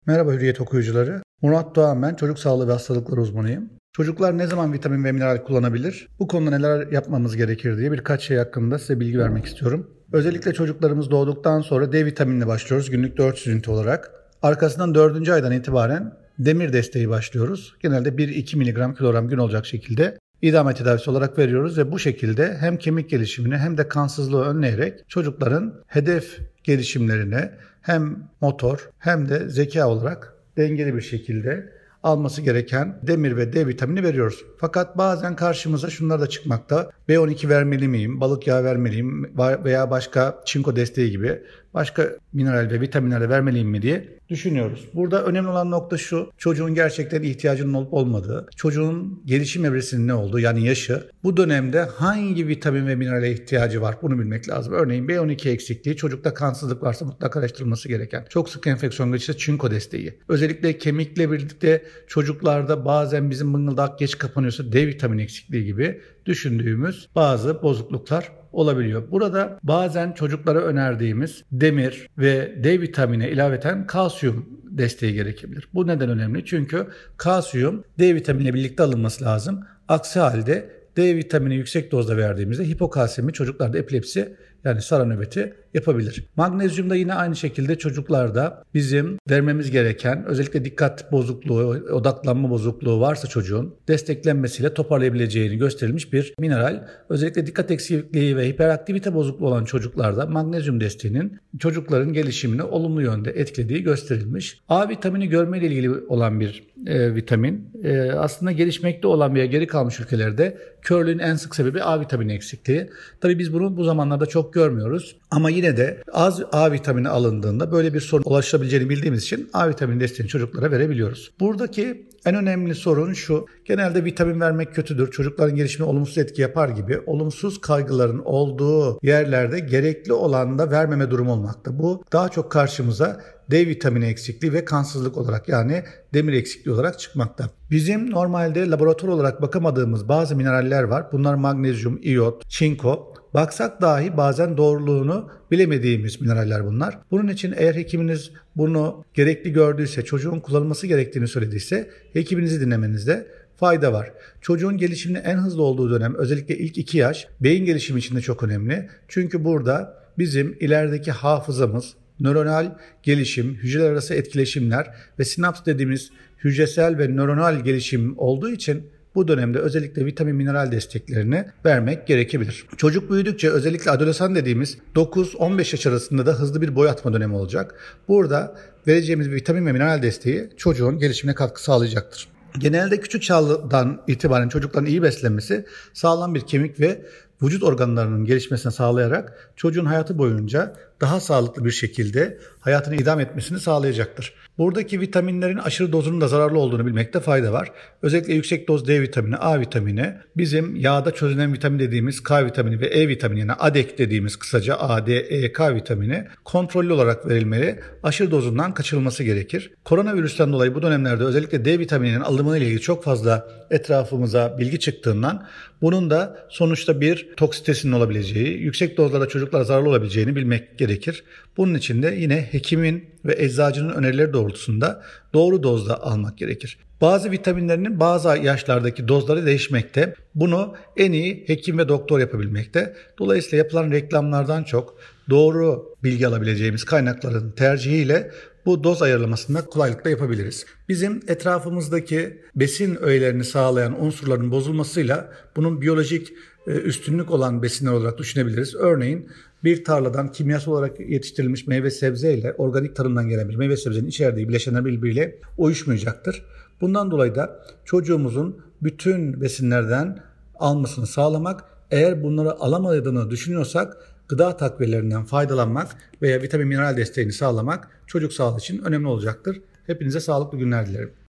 Merhaba Hürriyet okuyucuları. Murat Doğan ben, çocuk sağlığı ve hastalıkları uzmanıyım. Çocuklar ne zaman vitamin ve mineral kullanabilir? Bu konuda neler yapmamız gerekir diye birkaç şey hakkında size bilgi vermek istiyorum. Özellikle çocuklarımız doğduktan sonra D vitaminine başlıyoruz günlük 400 ünite olarak. Arkasından 4. aydan itibaren demir desteği başlıyoruz. Genelde 1-2 mg kilogram gün olacak şekilde idame tedavisi olarak veriyoruz ve bu şekilde hem kemik gelişimini hem de kansızlığı önleyerek çocukların hedef gelişimlerine hem motor hem de zeka olarak dengeli bir şekilde alması gereken demir ve D vitamini veriyoruz. Fakat bazen karşımıza şunlar da çıkmakta. B12 vermeli miyim, balık yağı vermeliyim veya başka çinko desteği gibi başka mineral ve vitaminler vermeliyim mi diye düşünüyoruz. Burada önemli olan nokta şu: çocuğun gerçekten ihtiyacının olup olmadığı, çocuğun gelişim evresinin ne olduğu, yani yaşı, bu dönemde hangi vitamin ve minerale ihtiyacı var bunu bilmek lazım. Örneğin B12 eksikliği, çocukta kansızlık varsa mutlaka araştırılması gereken, çok sık enfeksiyon geçirse çinko desteği. Özellikle kemikle birlikte çocuklarda bazen bizim mıngıldak geç kapanıyorsa D vitamini eksikliği gibi düşündüğümüz bazı bozukluklar olabiliyor. Burada bazen çocuklara önerdiğimiz demir ve D vitamine ilaveten kalsiyum desteği gerekebilir. Bu neden önemli? Çünkü kalsiyum D vitaminiyle birlikte alınması lazım. Aksi halde D vitamini yüksek dozda verdiğimizde hipokalsemi, çocuklarda epilepsi yani sara nöbeti yapabilir. Magnezyum da yine aynı şekilde çocuklarda bizim vermemiz gereken, özellikle dikkat bozukluğu, odaklanma bozukluğu varsa çocuğun desteklenmesiyle toparlayabileceğini gösterilmiş bir mineral. Özellikle dikkat eksikliği ve hiperaktivite bozukluğu olan çocuklarda magnezyum desteğinin çocukların gelişimini olumlu yönde etkilediği gösterilmiş. A vitamini görme ile ilgili olan bir vitamin. Aslında gelişmekte olan veya geri kalmış ülkelerde körlüğün en sık sebebi A vitamini eksikliği. Tabii biz bunu bu zamanlarda çok görmüyoruz. Ama yine de az A vitamini alındığında böyle bir sorun ulaşabileceğini bildiğimiz için A vitamini desteğini çocuklara verebiliyoruz. Buradaki en önemli sorun şu: genelde vitamin vermek kötüdür, çocukların gelişimine olumsuz etki yapar gibi olumsuz kaygıların olduğu yerlerde gerekli olan da vermeme durumu olmakta. Bu daha çok karşımıza D vitamini eksikliği ve kansızlık olarak, yani demir eksikliği olarak çıkmakta. Bizim normalde laboratuvar olarak bakamadığımız bazı mineraller var. Bunlar magnezyum, iyot, çinko. Baksak dahi bazen doğruluğunu bilemediğimiz mineraller bunlar. Bunun için eğer hekiminiz bunu gerekli gördüyse, çocuğun kullanılması gerektiğini söylediyse hekiminizi dinlemenizde fayda var. Çocuğun gelişiminin en hızlı olduğu dönem özellikle ilk 2 yaş beyin gelişimi için de çok önemli. Çünkü burada bizim ilerideki hafızamız, nöronal gelişim, hücreler arası etkileşimler ve sinaps dediğimiz hücresel ve nöronal gelişim olduğu için bu dönemde özellikle vitamin mineral desteklerini vermek gerekebilir. Çocuk büyüdükçe, özellikle adolesan dediğimiz 9-15 yaş arasında da hızlı bir boy atma dönemi olacak. Burada vereceğimiz vitamin ve mineral desteği çocuğun gelişimine katkı sağlayacaktır. Genelde küçük çağdan itibaren çocukların iyi beslenmesi sağlam bir kemik ve vücut organlarının gelişmesini sağlayarak çocuğun hayatı boyunca daha sağlıklı bir şekilde hayatını idame etmesini sağlayacaktır. Buradaki vitaminlerin aşırı dozunun da zararlı olduğunu bilmekte fayda var. Özellikle yüksek doz D vitamini, A vitamini, bizim yağda çözünen vitamin dediğimiz K vitamini ve E vitamini, yani ADEK dediğimiz kısaca A, D, E, K vitamini kontrollü olarak verilmeli. Aşırı dozundan kaçınılması gerekir. Koronavirüsten dolayı bu dönemlerde özellikle D vitamininin alımı ile ilgili çok fazla etrafımıza bilgi çıktığından bunun da sonuçta bir toksitesinin olabileceği, yüksek dozlarda çocuklara zararlı olabileceğini bilmek gerekir. Bunun için de yine hekimin ve eczacının önerileri doğrultusunda doğru dozda almak gerekir. Bazı vitaminlerinin bazı yaşlardaki dozları değişmekte. Bunu en iyi hekim ve doktor yapabilmekte. Dolayısıyla yapılan reklamlardan çok doğru bilgi alabileceğimiz kaynakların tercihiyle bu doz ayarlamasını kolaylıkla yapabiliriz. Bizim etrafımızdaki besin öğelerini sağlayan unsurların bozulmasıyla bunun biyolojik üstünlük olan besinler olarak düşünebiliriz. Örneğin bir tarladan kimyasal olarak yetiştirilmiş meyve sebze ile organik tarımdan gelen bir meyve sebzenin içerdiği bileşenler birbiriyle uyuşmayacaktır. Bundan dolayı da çocuğumuzun bütün besinlerden almasını sağlamak, eğer bunları alamadığını düşünüyorsak gıda takviyelerinden faydalanmak veya vitamin mineral desteğini sağlamak çocuk sağlığı için önemli olacaktır. Hepinize sağlıklı günler dilerim.